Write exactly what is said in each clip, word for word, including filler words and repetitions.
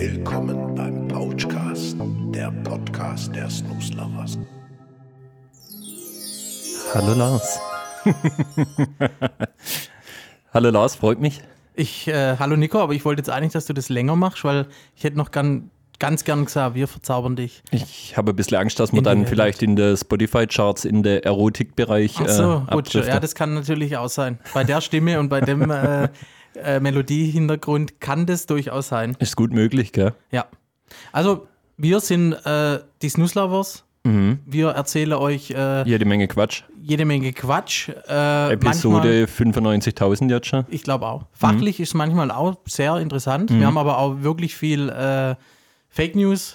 Willkommen beim Pouchcast, der Podcast der Snooze Lovers. Hallo Lars. Hallo Lars, freut mich. Ich, äh, hallo Nico, aber ich wollte jetzt eigentlich, dass du das länger machst, weil ich hätte noch gern, ganz gern gesagt, wir verzaubern dich. Ich habe ein bisschen Angst, dass wir dann vielleicht in der Spotify-Charts in der Erotikbereich Ach so, äh, gut, ja, das kann natürlich auch sein. Bei der Stimme und bei dem äh, äh, Melodiehintergrund kann das durchaus sein. Ist gut möglich, gell? Ja. Also, wir sind äh, die Snooze Lovers. Mhm. Wir erzählen euch äh, Jede Menge Quatsch. jede Menge Quatsch. Äh, Episode manchmal, fünfundneunzigtausend jetzt schon. ich glaube auch. Fachlich mhm. ist manchmal auch sehr interessant. Mhm. Wir haben aber auch wirklich viel äh, Fake News.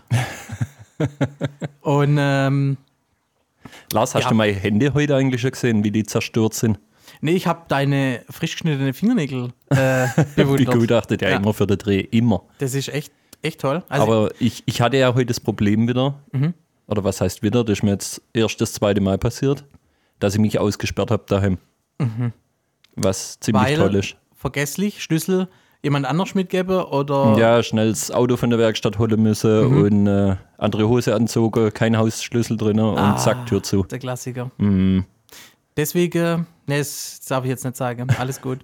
Und ähm, Lars, hast ja. du meine Hände heute eigentlich schon gesehen, wie die zerstört sind? nee, ich habe deine frisch geschnittenen Fingernägel äh, bewundert. Begutachtet ja, Ja. immer für den Dreh, immer. Das ist echt, echt toll. Also, Aber ich, ich hatte ja heute das Problem wieder, Mhm. oder was heißt wieder, das ist mir jetzt erst das zweite Mal passiert, dass ich mich ausgesperrt habe daheim. Was ziemlich weil toll ist. vergesslich, Schlüssel jemand anders mitgeben oder Ja, schnell das Auto von der Werkstatt holen müssen Mhm. und äh, andere Hose anzogen, kein Hausschlüssel drin und Ah. zack, Tür zu. der Klassiker. Mhm. Deswegen, ne, das darf ich jetzt nicht sagen. Alles gut.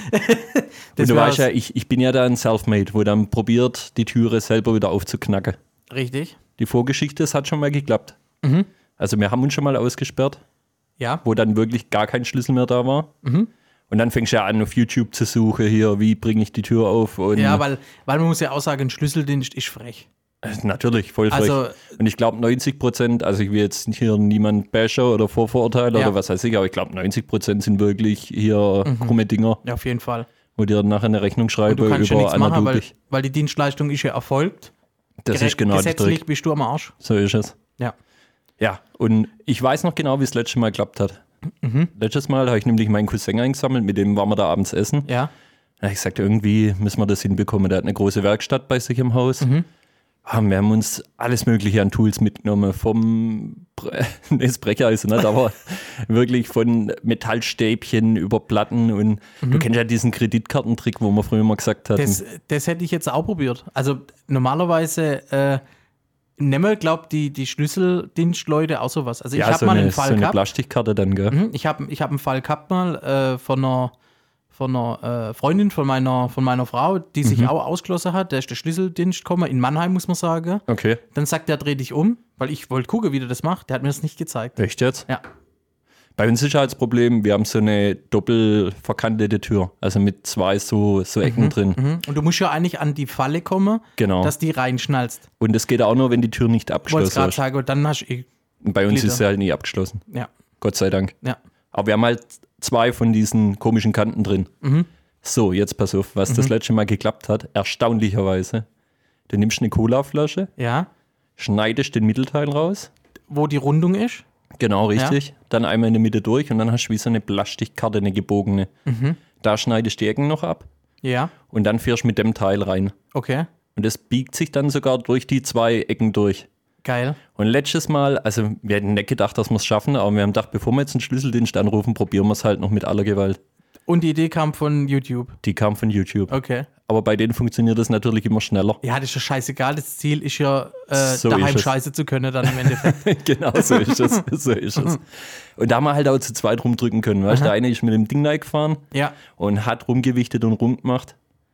Und du wär weißt ja, das- ich, ich bin ja da ein Selfmade, wo dann probiert, die Türe selber wieder aufzuknacken. Richtig. Die Vorgeschichte, es hat schon mal geklappt. Mhm. Also wir haben uns schon mal ausgesperrt, Ja. wo dann wirklich gar kein Schlüssel mehr da war. Mhm. Und dann fängst du ja an, auf YouTube zu suchen, hier, wie bringe ich die Tür auf. Und Ja, weil, weil man muss ja auch sagen, ein Schlüsseldienst ist frech. Natürlich, voll frech. Also- und ich glaube neunzig Prozent, also ich will jetzt hier niemand bashen oder vorverurteilen Ja. oder was weiß ich, aber ich glaube neunzig Prozent sind wirklich hier krumme Dinger, Ja, auf jeden Fall. wo dir nachher eine Rechnung Und schreiben du kannst ja über nichts machen, weil, anadublich. weil die Dienstleistung ist ja erfolgt. Das Gere- ist genau der Gesetzlich Trick. bist du am Arsch. So ist es. Ja. Ja, und ich weiß noch genau, wie es letztes Mal geklappt hat. Mhm. Letztes Mal habe ich nämlich meinen Cousin eingesammelt, mit dem waren wir da abends essen. Ja. Da habe ich gesagt, irgendwie müssen wir das hinbekommen. Der hat eine große Werkstatt bei sich im Haus. Mhm. Ah, wir haben uns alles Mögliche an Tools mitgenommen. Vom Bre nee, das Brecheisen nicht, aber wirklich von Metallstäbchen über Platten. Und du kennst ja diesen Kreditkartentrick, wo wir früher mal gesagt hatten. Mhm. Das, das hätte ich jetzt auch probiert. Also normalerweise äh, nehmen, glaubt die, die Schlüsseldienstleute auch sowas. Also ich ja, habe so mal eine, einen so Fall eine gehabt. Plastikkarte dann, gell? Mhm, Ich habe ich hab einen Fall gehabt mal äh, von einer, von einer äh, Freundin von meiner, von meiner Frau, die sich Mhm. auch ausgeschlossen hat. Der ist der Schlüsseldienst gekommen, in Mannheim, muss man sagen. Okay. Dann sagt er, dreh dich um, weil ich wollte gucken, wie der das macht. Der hat mir das nicht gezeigt. Echt jetzt? Ja. Bei uns ist halt das Problem, wir haben so eine doppel verkantete Tür. Also mit zwei so, so Ecken drin. Mhm. Und du musst ja eigentlich an die Falle kommen, Genau. dass die reinschnallst. Und das geht auch nur, wenn die Tür nicht Ich wollte es abgeschlossen gerade ist. sagen, und dann hast du eh. Und bei uns Glieder. ist sie halt nie abgeschlossen. Ja, Gott sei Dank. ja. Aber wir haben halt zwei von diesen komischen Kanten drin. Mhm. So, jetzt pass auf, was das letzte Mal geklappt hat, erstaunlicherweise. Du nimmst eine Colaflasche, Ja. schneidest den Mittelteil raus. Wo die Rundung ist. Genau, richtig. Dann einmal in der Mitte durch und dann hast du wie so eine Plastikkarte, eine gebogene. Mhm. Da schneidest du die Ecken noch ab Ja. und dann fährst du mit dem Teil rein. Okay. Und das biegt sich dann sogar durch die zwei Ecken durch. Geil. Und letztes Mal, also wir hätten nicht gedacht, dass wir es schaffen, aber wir haben gedacht, bevor wir jetzt einen Schlüsseldienst anrufen, probieren wir es halt noch mit aller Gewalt. Und die Idee kam von YouTube. Die kam von YouTube. Okay. Aber bei denen funktioniert das natürlich immer schneller. Ja, das ist ja scheißegal. Das Ziel ist ja, äh, So daheim ist es. scheiße zu können dann im Endeffekt. Genau, so ist es. So ist es. Und da haben wir halt auch zu zweit rumdrücken können. Weißt du, der eine ist mit dem Ding gefahren Ja. und hat rumgewichtet und rumgemacht.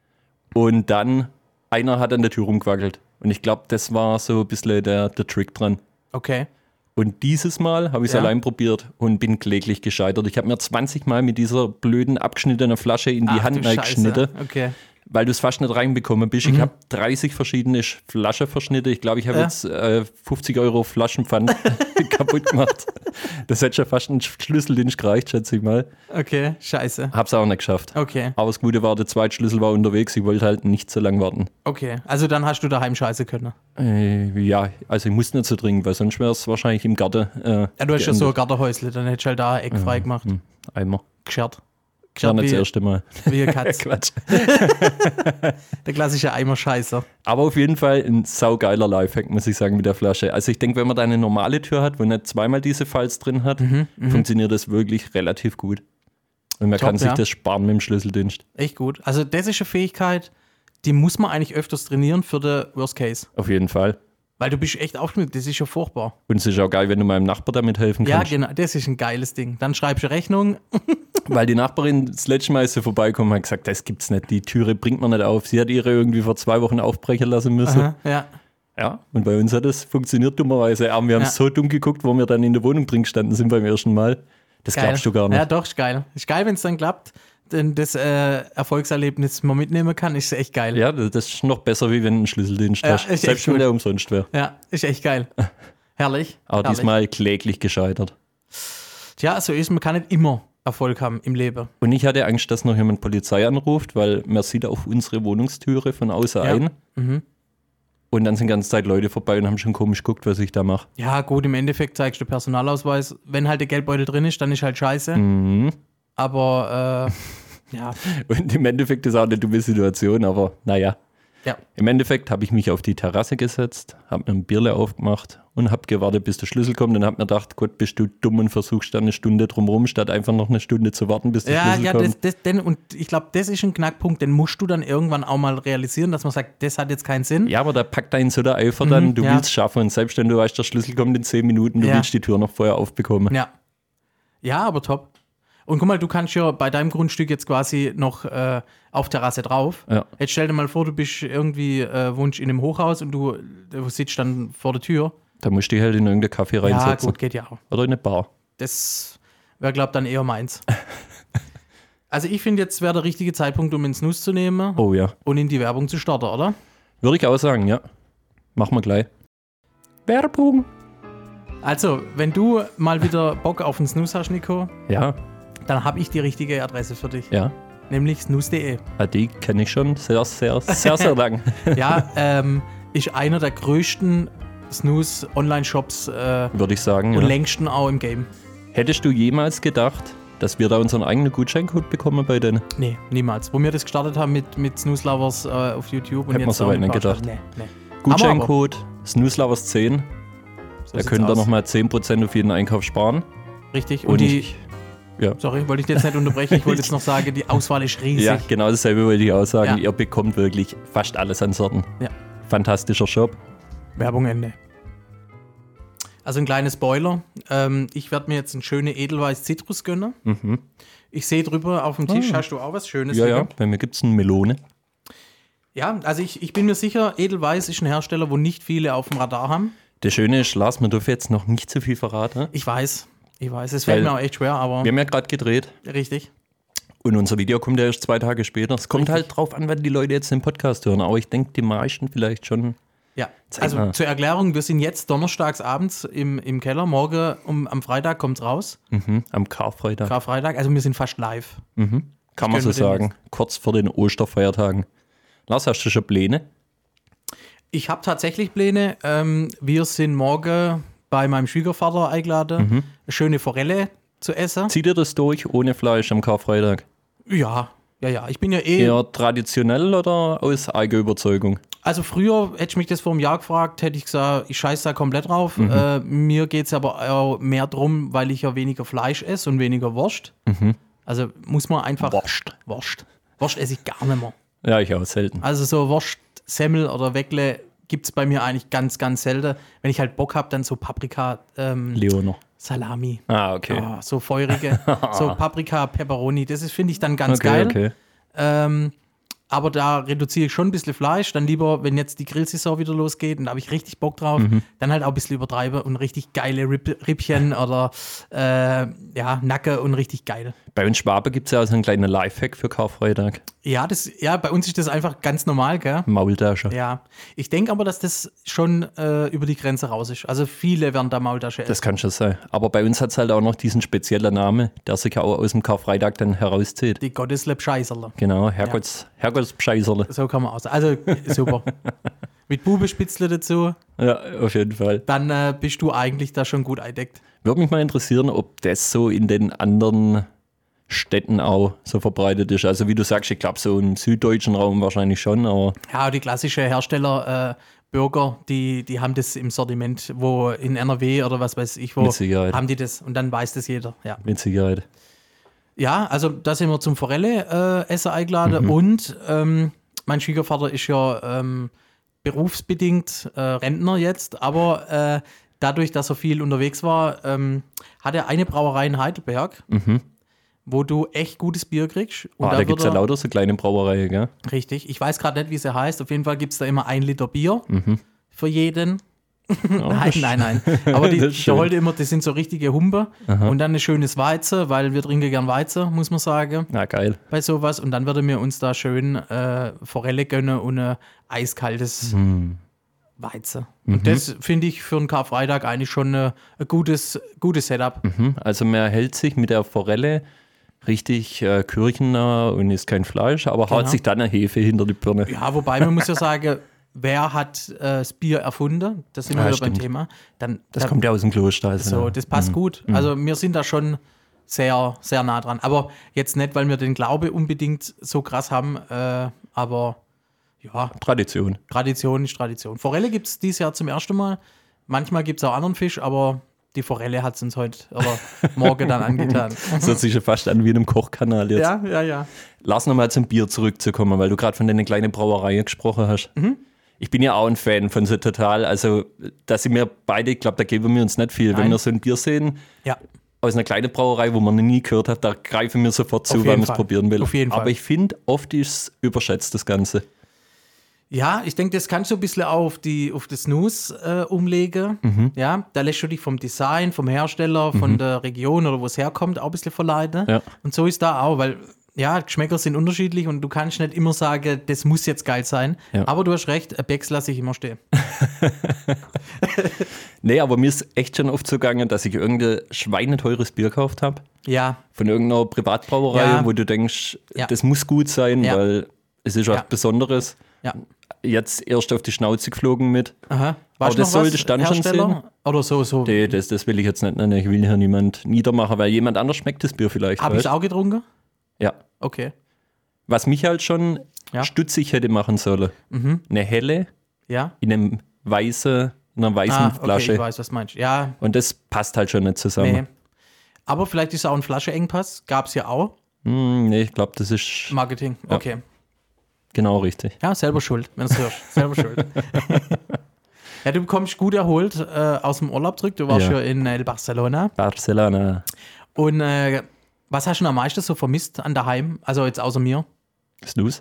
Und dann, einer hat an der Tür rumgewackelt. Und ich glaube, das war so ein bisschen der, der Trick dran. Okay. Und dieses Mal habe ich es Ja. allein probiert und bin kläglich gescheitert. Ich habe mir zwanzig Mal mit dieser blöden abgeschnittenen Flasche in die Ach, Hand du Scheiße. geschnitten, Okay. weil du es fast nicht reinbekommen bist. Mhm. Ich habe dreißig verschiedene Sch- Flaschen verschnitten. Ich glaube, ich habe Ja. jetzt äh, fünfzig Euro Flaschenpfand kaputt gemacht. Das hätte schon fast ein Schlüsseldienst gereicht, schätze ich mal. Okay. Scheiße. Hab's auch nicht geschafft. Okay. Aber das Gute war, der zweite Schlüssel war unterwegs. Ich wollte halt nicht so lange warten. Okay. Also dann hast du daheim scheiße können. Äh, ja, also ich musste nicht so dringend, weil sonst wäre es wahrscheinlich im Garten. Äh, Ja, du hast ja so ein geendet. Gartenhäusle, dann hättest du halt da ein Eck frei gemacht. Hm, Eimer. Geschert. War Geschert nicht das wie, erste Mal. wie eine Katz. Quatsch. Der klassische Eimer-Scheißer. Aber auf jeden Fall ein saugeiler Lifehack, muss ich sagen, mit der Flasche. Also ich denke, wenn man da eine normale Tür hat, wo nicht zweimal diese Falz drin hat, Mhm, funktioniert das wirklich relativ gut. Und man Top, kann sich ja. das sparen mit dem Schlüsseldienst. Echt gut. Also das ist eine Fähigkeit, die muss man eigentlich öfters trainieren für den Worst Case. Auf jeden Fall. Weil du bist echt aufgeschmiert, das ist ja furchtbar. Und es ist auch geil, wenn du meinem Nachbar damit helfen Ja, kannst. genau, das ist ein geiles Ding. Dann schreibst du Rechnung. Weil die Nachbarin das letzte Mal, als sie vorbeikommen, hat gesagt, das gibt's nicht, die Türe bringt man nicht auf. Sie hat ihre irgendwie vor zwei Wochen aufbrechen lassen müssen. Aha, ja. Ja, und bei uns hat das funktioniert dummerweise. Aber wir haben Ja. so dumm geguckt, wo wir dann in der Wohnung drin gestanden sind beim ersten Mal. Das Geil. glaubst du gar nicht. Ja, doch, ist geil. Ist geil, wenn es dann klappt. Denn das äh, Erfolgserlebnis man mitnehmen kann, ist echt geil. Ja, das ist noch besser, wie wenn du einen Schlüsseldienst Ja, hast. ist echt Selbst wenn gut. der umsonst wäre. Ja, ist echt geil. Herrlich. Aber herrlich. diesmal kläglich gescheitert. Tja, so ist, man kann nicht immer Erfolg haben im Leben. Und ich hatte Angst, dass noch jemand Polizei anruft, weil man sieht auf unsere Wohnungstüre von außen Ja. ein. Mhm. Und dann sind die ganze Zeit Leute vorbei und haben schon komisch geguckt, was ich da mache. Ja, gut, im Endeffekt zeigst du Personalausweis. Wenn halt der Geldbeutel drin ist, dann ist halt scheiße. Mhm. Aber äh, ja, Und im Endeffekt ist auch eine dumme Situation, aber naja. ja. Im Endeffekt habe ich mich auf die Terrasse gesetzt, habe mir ein Bierle aufgemacht und habe gewartet, bis der Schlüssel kommt. Und habe mir gedacht, Gott, bist du dumm und versuchst dann eine Stunde drumherum, statt einfach noch eine Stunde zu warten, bis der Ja, Schlüssel ja, kommt. das, das, denn, und ich glaube, das ist ein Knackpunkt, den musst du dann irgendwann auch mal realisieren, dass man sagt, das hat jetzt keinen Sinn. Ja, aber da packt einen so der Eifer dann, du ja. willst schaffen. Und selbst wenn du weißt, der Schlüssel kommt in zehn Minuten, du Ja. willst die Tür noch vorher aufbekommen. Ja. Ja, aber top. Und guck mal, du kannst ja bei deinem Grundstück jetzt quasi noch äh, auf Terrasse drauf. Ja. Jetzt stell dir mal vor, du bist irgendwie, äh, wohnst in einem Hochhaus und du, du sitzt dann vor der Tür. Da musst du dich halt in irgendeinen Kaffee Ja, reinsetzen. gut, geht ja auch. Oder in eine Bar. Das wäre, glaube ich, dann eher meins. Also ich finde, jetzt wäre der richtige Zeitpunkt, um ins Nuss zu nehmen Oh ja. und in die Werbung zu starten, oder? Würde ich auch sagen, ja. Machen wir gleich. Werbung. Also, wenn du mal wieder Bock auf einen Snooze hast, Nico, Ja, dann habe ich die richtige Adresse für dich. ja. Nämlich snooze punkt de. Ah, die kenne ich schon sehr, sehr, sehr, sehr lang. Ja, ähm, ist einer der größten Snooze-Online-Shops äh, Würde ich sagen. und Ja. längsten auch im Game. Hättest du jemals gedacht, dass wir da unseren eigenen Gutscheincode bekommen bei denen? Nee, niemals. Wo wir das gestartet haben mit, mit Snooze Lovers äh, auf YouTube und Hätte man jetzt so auch weit mit nicht Barstadt. gedacht. Nee, nee. Gutscheincode snoozelovers zehn. So Da sieht's könnt ihr aus. nochmal zehn Prozent auf jeden Einkauf sparen. Richtig. Und, Und die, ich, ja. sorry, wollte ich jetzt nicht unterbrechen. Ich wollte jetzt noch sagen, die Auswahl ist riesig. ja, genau dasselbe wollte ich auch sagen. Ja. Ihr bekommt wirklich fast alles an Sorten. Ja. Fantastischer Shop. Werbung Ende. Also ein kleines Spoiler. Ähm, ich werde mir jetzt einen schönen Edelweiß Zitrus gönnen. Mhm. Ich sehe drüber auf dem Tisch, Ah. hast du auch was Schönes? Ja, hier? ja, bei mir gibt es eine Melone. Ja, also ich, ich bin mir sicher, Edelweiß ist ein Hersteller, wo nicht viele auf dem Radar haben. Das Schöne ist, Lars, man darf jetzt noch nicht zu viel verraten. Ich weiß, ich weiß, es fällt Weil- mir auch echt schwer, aber Wir haben ja gerade gedreht richtig. und unser Video kommt ja erst zwei Tage später. Es kommt Richtig. halt drauf an, wenn die Leute jetzt den Podcast hören. Aber ich denke, die meisten vielleicht schon. Ja, Zeig also mal. zur Erklärung, wir sind jetzt donnerstags abends im, im Keller, morgen um, am Freitag kommt es raus, Mhm. Am Karfreitag. Karfreitag, also wir sind fast live. Mhm. Kann man gönn so mir den sagen. Kurz vor den Osterfeiertagen. Lars, hast du schon Pläne? Ich habe tatsächlich Pläne. Ähm, wir sind morgen bei meinem Schwiegervater eingeladen, Mhm. eine schöne Forelle zu essen. Zieht ihr das durch ohne Fleisch am Karfreitag? Ja, ja, ja. Ich bin ja eh. Eher traditionell oder aus eigener Überzeugung? Also früher hätte ich mich das vor einem Jahr gefragt, hätte ich gesagt, ich scheiße da komplett drauf. Mhm. Äh, mir geht es aber auch mehr drum, weil ich ja weniger Fleisch esse und weniger Wurst. Also muss man einfach. Wurst. Wurst. Wurst esse ich gar nicht mehr. Ja, ich auch selten. Also so Wurst, Semmel oder Weckle gibt es bei mir eigentlich ganz, ganz selten. Wenn ich halt Bock habe, dann so Paprika, ähm, Leoner. Salami. Ah, okay. Ah, so feurige, so Paprika, Pepperoni, das ist, finde ich dann ganz okay, geil. okay. Ähm, aber da reduziere ich schon ein bisschen Fleisch. Dann lieber, wenn jetzt die Grillsaison wieder losgeht und da habe ich richtig Bock drauf, Mhm. dann halt auch ein bisschen übertreiben und richtig geile Ripp, Rippchen oder äh, ja, Nacke und richtig geil. Bei uns Schwabe gibt es ja auch so einen kleinen Lifehack für Karfreitag. Ja, das, ja, bei uns ist das einfach ganz normal, gell? Maultasche. Ja. Ich denke aber, dass das schon äh, über die Grenze raus ist. Also viele werden da Maultasche essen. Das kann schon sein. Aber bei uns hat es halt auch noch diesen speziellen Namen, der sich auch aus dem Karfreitag dann herauszieht. Die Gottesleib Scheißerle. Genau, Herrgotts, Herrgottsbescheißerle. So kann man auch sagen. Also super. Mit Bubespitzle dazu, Ja, auf jeden Fall. dann äh, bist du eigentlich da schon gut eindeckt. Würde mich mal interessieren, ob das so in den anderen Städten auch so verbreitet ist. Also wie du sagst, ich glaube so im süddeutschen Raum wahrscheinlich schon, aber Ja, die klassische Hersteller, äh, Burger, die, die haben das im Sortiment, wo in N R W oder was weiß ich wo, Mit Sicherheit. haben die das und dann weiß das jeder. Ja, mit Sicherheit. ja also da sind wir zum Forelle äh, Essen eingeladen Mhm. und ähm, mein Schwiegervater ist ja ähm, berufsbedingt äh, Rentner jetzt, aber äh, dadurch, dass er viel unterwegs war, ähm, hat er eine Brauerei in Heidelberg, Mhm. wo du echt gutes Bier kriegst. Und Oh, da wird gibt es ja er- lauter so kleine Brauereien, gell? Richtig. Ich weiß gerade nicht, wie sie heißt. Auf jeden Fall gibt es da immer ein Liter Bier Mhm. für jeden. Oh, Nein, das- nein, nein. Aber die, Das ist der schön. holt immer, das sind so richtige Humber. Aha. Und dann ein schönes Weizen, weil wir trinken gern Weizen, muss man sagen, Na, geil. bei sowas. Und dann würde mir uns da schön äh, Forelle gönnen und ein eiskaltes Hm. Weizen. Und das finde ich für einen Karfreitag eigentlich schon ein, ein gutes, gutes Setup. Mhm. Also man hält sich mit der Forelle richtig äh, kirchennah und isst kein Fleisch, aber haut Genau. sich dann eine Hefe hinter die Birne. Ja, wobei man muss ja sagen, wer hat äh, das Bier erfunden? Das sind wir Ja, wieder beim stimmt. Thema. Dann, Das dann, kommt ja aus dem Kloster. Also So, da- das passt gut. Also wir sind da schon sehr, sehr nah dran. Aber jetzt nicht, weil wir den Glaube unbedingt so krass haben, äh, aber ja, Tradition. Tradition ist Tradition. Forelle gibt es dieses Jahr zum ersten Mal. Manchmal gibt es auch anderen Fisch, aber die Forelle hat es uns heute oder morgen dann angetan. Das hört sich schon fast an wie in einem Kochkanal jetzt. Ja, ja, ja. Lass nochmal zum Bier zurückzukommen, weil du gerade von deiner kleinen Brauerei gesprochen hast. Mhm. Ich bin ja auch ein Fan von so total, also da sind wir beide, ich glaube, da geben wir uns nicht viel. Nein. Wenn wir so ein Bier sehen, Ja, aus einer kleinen Brauerei, wo man noch nie gehört hat, da greifen wir sofort zu, Auf weil jeden man es Fall. probieren will. Auf jeden Aber Fall. ich finde, oft ist es überschätzt, das Ganze. ja, ich denke, das kannst du ein bisschen auf, die, auf das Snooze äh, umlegen. Mhm. Ja, da lässt du dich vom Design, vom Hersteller, von der Region oder wo es herkommt, auch ein bisschen verleiten. Ja. Und so ist da auch, weil ja, Geschmäcker sind unterschiedlich und du kannst nicht immer sagen, das muss jetzt geil sein. Ja. Aber du hast recht, ein Becks lasse ich immer stehen. Nee, aber mir ist echt schon oft so gegangen, dass ich irgendein schweineteures Bier gekauft habe. Ja, Von irgendeiner Privatbrauerei, Ja. wo du denkst, Ja. das muss gut sein, Ja. weil es ist was Ja. Besonderes. ja. Jetzt erst auf die Schnauze geflogen mit. Aha. Aber Weißt das du noch was? sollte dann schon Hersteller? sehen. Oder so, so. Nee, das, das will ich jetzt nicht nennen. Ich will hier niemand niedermachen, weil jemand anders schmeckt das Bier vielleicht. Habe ich weißt? auch getrunken? Ja. Okay. Was mich halt schon Ja. stutzig hätte machen sollen. Mhm. Eine helle Ja. in einem weißen, in einer weißen Ah, okay, Flasche. ich weiß, was du meinst. Ja, Und das passt halt schon nicht zusammen. nee. Aber vielleicht ist auch ein Flascheengpass. Gab es ja auch. Hm, nee, ich glaube, das ist Marketing. Okay. genau richtig. Ja, selber schuld, wenn du es hörst. Selber schuld. Ja, du kommst gut erholt äh, aus dem Urlaub zurück. Du warst ja, Ja. in äh, Barcelona. Barcelona. Und äh, was hast du denn am meisten so vermisst an daheim? Also jetzt außer mir. Snooze?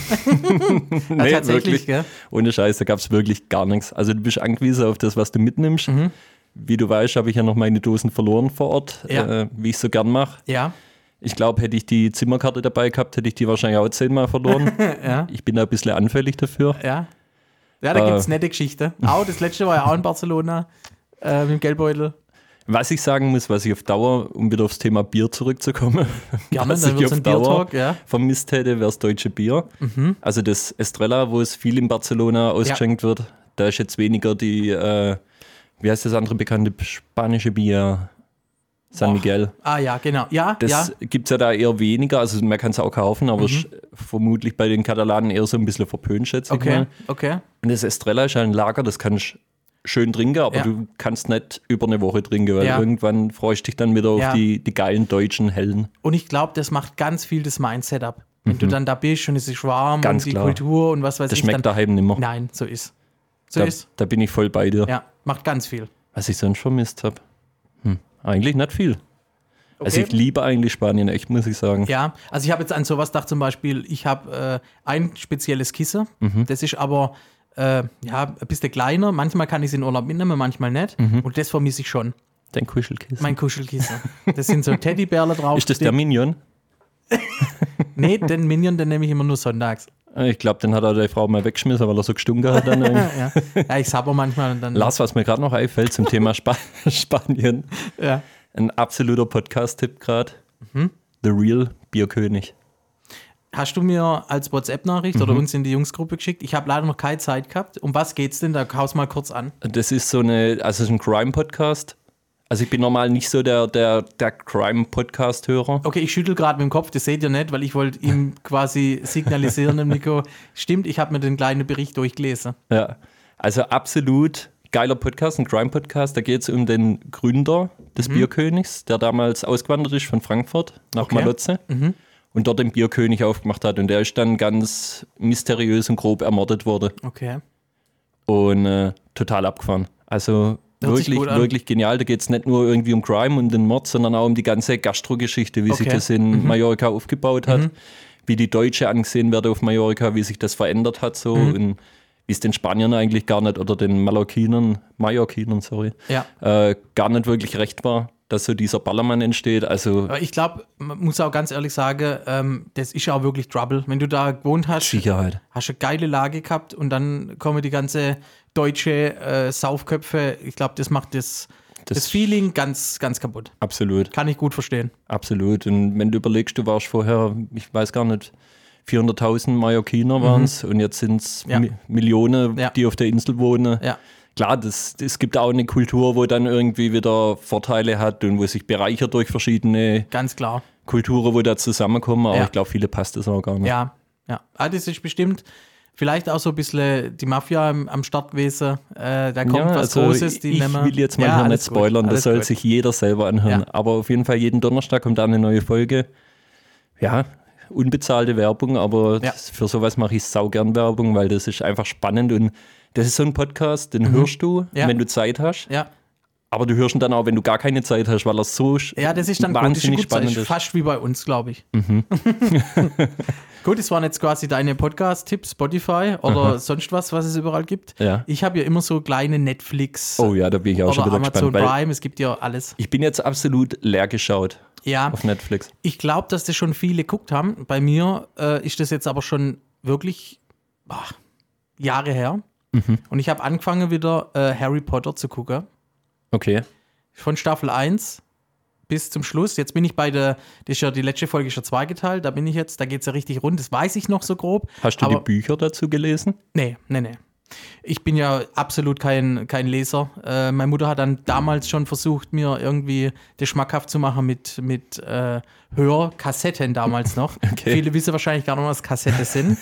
Ja, nee, tatsächlich, wirklich. gell? Ohne Scheiß, da gab es wirklich gar nichts. Also du bist angewiesen auf das, was du mitnimmst. Mhm. Wie du weißt, habe ich ja noch meine Dosen verloren vor Ort, Ja. äh, wie ich so gern mache. Ja. Ich glaube, hätte ich die Zimmerkarte dabei gehabt, hätte ich die wahrscheinlich auch zehnmal verloren. Ja. Ich bin da ein bisschen anfällig dafür. Ja. Ja, da Äh. gibt es nette Geschichten. Auch das letzte war ja auch in Barcelona äh, mit dem Geldbeutel. Was ich sagen muss, was ich auf Dauer, um wieder aufs Thema Bier zurückzukommen, Gerne, was dann ich wird es auf ein Dauer Biertalk, ja. vermisst hätte, wäre das deutsche Bier. Mhm. Also das Estrella, wo es viel in Barcelona ausgeschenkt wird, da ist jetzt weniger die, äh, wie heißt das andere bekannte spanische Bier? San Boah. Miguel. Ah ja, genau. Ja, Das ja. gibt es ja da eher weniger, also man kann es auch kaufen, aber ist vermutlich bei den Katalanen eher so ein bisschen verpönt, schätze ich Okay, mal. okay. Und das Estrella ist ja ein Lager, das kannst du schön trinken, aber Ja. du kannst nicht über eine Woche trinken, weil Ja. irgendwann freust du dich dann wieder Ja. auf die, die geilen deutschen Hellen. Und ich glaube, das macht ganz viel das Mindset ab. Wenn du dann da bist und es ist warm Ganz und die klar. Kultur und was weiß Das ich. schmeckt dann, daheim nimmer. Nein, so ist. So Da, ist. da bin ich voll bei dir. Ja, macht ganz viel. Was ich sonst vermisst habe. Hm, eigentlich nicht viel. Also Okay. ich liebe eigentlich Spanien, echt, muss ich sagen. Ja, also ich habe jetzt an sowas gedacht, zum Beispiel, ich habe äh, ein spezielles Kissen. Mhm. Das ist aber äh, ja, ein bisschen kleiner. Manchmal kann ich es in Urlaub mitnehmen, manchmal nicht. Mhm. Und das vermisse ich schon. Dein Kuschelkissen. Mein Kuschelkissen. Das sind so Teddybärle drauf. Ist das der Minion? Nee, den Minion, den nehme ich immer nur sonntags. Ich glaube, den hat auch die Frau mal weggeschmissen, weil er so gestunken hat. Dann Ja, ja ich sabber manchmal und dann. Lars, was mir gerade noch einfällt zum Thema Spa Spanien. Ja. Ein absoluter Podcast-Tipp gerade. Mhm. The Real Bierkönig. Hast du mir als WhatsApp-Nachricht Mhm. oder uns in die Jungsgruppe geschickt? Ich habe leider noch keine Zeit gehabt. Um was geht's denn? Da haus mal kurz an. Das ist so eine, also es ist ein Crime-Podcast. Also ich bin normal nicht so der, der, der Crime-Podcast-Hörer. Okay, ich schüttel gerade mit dem Kopf, das seht ihr nicht, weil ich wollte ihm quasi signalisieren, dem Nico. Stimmt, ich habe mir den kleinen Bericht durchgelesen. Ja, also absolut geiler Podcast, ein Crime-Podcast. Da geht es um den Gründer des Bierkönigs, der damals ausgewandert ist von Frankfurt nach Okay. Malotze. Mhm. und dort den Bierkönig aufgemacht hat. Und der ist dann ganz mysteriös und grob ermordet worden. Okay. Und äh, total abgefahren. Also Hört sich wirklich, gut an. wirklich genial. Da geht es nicht nur irgendwie um Crime und den Mord, sondern auch um die ganze Gastro-Geschichte, wie sich Okay. das in Mhm. Mallorca aufgebaut hat, Mhm. wie die Deutsche angesehen werden auf Mallorca, wie sich das verändert hat so Mhm. und wie es den Spaniern eigentlich gar nicht oder den Mallorquinern, Mallorquinern, sorry, Ja. äh, gar nicht wirklich recht war, dass so dieser Ballermann entsteht. Also Aber ich glaube, man muss auch ganz ehrlich sagen, ähm, das ist ja auch wirklich Trouble. Wenn du da gewohnt hast, Sicherheit. hast du eine geile Lage gehabt und dann kommen die ganze deutsche äh, Saufköpfe. Ich glaube, das macht das, das, Das- Feeling ganz, ganz kaputt. Absolut, Kann ich gut verstehen. absolut. Und wenn du überlegst, du warst vorher, ich weiß gar nicht, vierhunderttausend Mallorquiner waren es und jetzt sind es Ja. Mi- Millionen, Ja. die auf der Insel wohnen. Ja. Klar, das, es gibt auch eine Kultur, wo dann irgendwie wieder Vorteile hat und wo sich bereichert durch verschiedene Ganz klar. Kulturen, wo da zusammenkommen. Aber Ja. ich glaube, viele passt das auch gar nicht. Ja, ja. Ah, das ist bestimmt vielleicht auch so ein bisschen die Mafia am, am Start gewesen. Äh, da kommt Ja, was also Großes. Die ich nehmen- will jetzt mal Ja, hier nicht alles gut, spoilern, das alles soll gut. sich jeder selber anhören. Ja. Aber auf jeden Fall jeden Donnerstag kommt da eine neue Folge. Ja, unbezahlte Werbung, aber Ja. das, für sowas mache ich saugern Werbung, weil das ist einfach spannend und das ist so ein Podcast, den hörst du, Mhm. Ja. wenn du Zeit hast, Ja. aber du hörst ihn dann auch, wenn du gar keine Zeit hast, weil er so sch- Ja, das ist dann gut. Das ist wahnsinnig gut, spannend ist ist. fast wie bei uns, glaube ich. Mhm. Gut, das waren jetzt quasi deine Podcast-Tipps, Spotify oder Aha. sonst was, was es überall gibt. Ja. Ich habe ja immer so kleine Netflix Oh ja, da bin ich auch oder schon wieder Amazon gespannt, weil Prime, es gibt ja alles. ich bin jetzt absolut leer geschaut Ja, auf Netflix. ich glaube, dass das schon viele geguckt haben. Bei mir äh, ist das jetzt aber schon wirklich boah, Jahre her. Mhm. Und ich habe angefangen wieder äh, Harry Potter zu gucken. Okay. Von Staffel eins bis zum Schluss. Jetzt bin ich bei der, das ist ja die letzte Folge ist ja zweigeteilt, da bin ich jetzt, da geht es ja richtig rund, das weiß ich noch so grob. Hast du aber, die Bücher dazu gelesen? Nee, nee, nee. Ich bin ja absolut kein, kein Leser. Äh, meine Mutter hat dann damals schon versucht, mir irgendwie das schmackhaft zu machen mit, mit äh, Hörkassetten damals noch. Okay. Viele wissen wahrscheinlich gar nicht, was Kassette sind.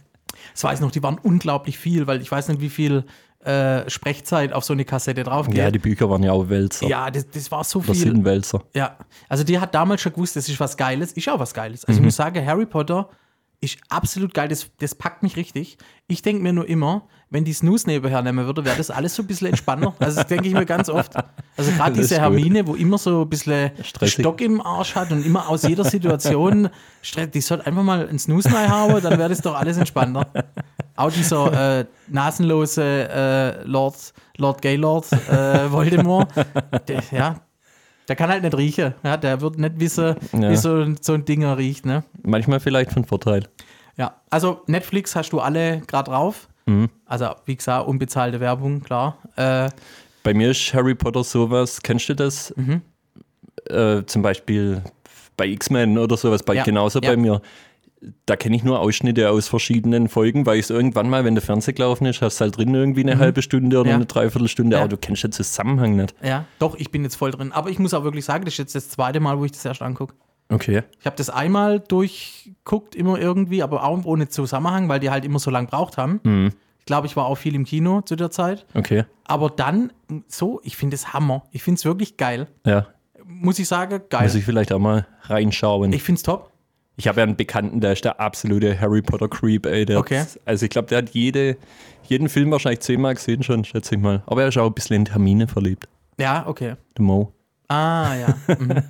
Das weiß ich noch, die waren unglaublich viel, weil ich weiß nicht, wie viel äh, Sprechzeit auf so eine Kassette drauf geht. Ja, die Bücher waren ja auch Wälzer. Ja, das, das war so Das viel. sind Wälzer. Ja, also die hat damals schon gewusst, das ist was Geiles. Ist auch was Geiles. Also Mhm. ich muss sagen, Harry Potter ist absolut geil. Das, das packt mich richtig. Ich denke mir nur immer, wenn die Snooze nebenher nehmen würde, wäre das alles so ein bisschen entspannter. Also das denke ich mir ganz oft. Also gerade Das ist diese gut. Hermine, wo immer so ein bisschen Stressig. Stock im Arsch hat und immer aus jeder Situation, stre- die sollte einfach mal einen Snooze reinhauen, dann wäre das doch alles entspannter. Auch dieser äh, nasenlose äh, Lord, Lord Gaylord äh, Voldemort, der, ja, der kann halt nicht riechen. Ja, der wird nicht wissen, Ja. wie so, ein- so ein Ding riecht. Ne? Manchmal vielleicht von Vorteil. Ja, also Netflix hast du alle gerade drauf. Mhm. Also wie gesagt, unbezahlte Werbung, klar. Äh, Bei mir ist Harry Potter sowas, kennst du das? Mhm. Äh, zum Beispiel bei X-Men oder sowas, bei Ja, genauso ja. bei mir. Da kenne ich nur Ausschnitte aus verschiedenen Folgen, weil ich es irgendwann mal, wenn der Fernseher gelaufen ist, hast du halt drin irgendwie eine halbe Stunde oder Mhm. Ja. eine Dreiviertelstunde, Ja. aber du kennst den Zusammenhang nicht. ja, doch, ich bin jetzt voll drin. Aber ich muss auch wirklich sagen, das ist jetzt das zweite Mal, wo ich das erst angucke. Okay. Ich habe das einmal durchguckt, immer irgendwie, aber auch ohne Zusammenhang, weil die halt immer so lange braucht haben. Mhm. Ich glaube, ich war auch viel im Kino zu der Zeit. Okay. Aber dann, so, ich finde es Hammer. Ich finde es wirklich geil. Ja. Muss ich sagen, geil. Muss ich vielleicht auch mal reinschauen. Ich finde es top. Ich habe ja einen Bekannten, der ist der absolute Harry Potter Creep, ey. Der Okay. hat, also ich glaube, der hat jede, jeden Film wahrscheinlich zehnmal gesehen schon, schätze ich mal. Aber er ist auch ein bisschen in Termine verliebt. Ja, okay. Der Mo. Ah, ja. Mhm.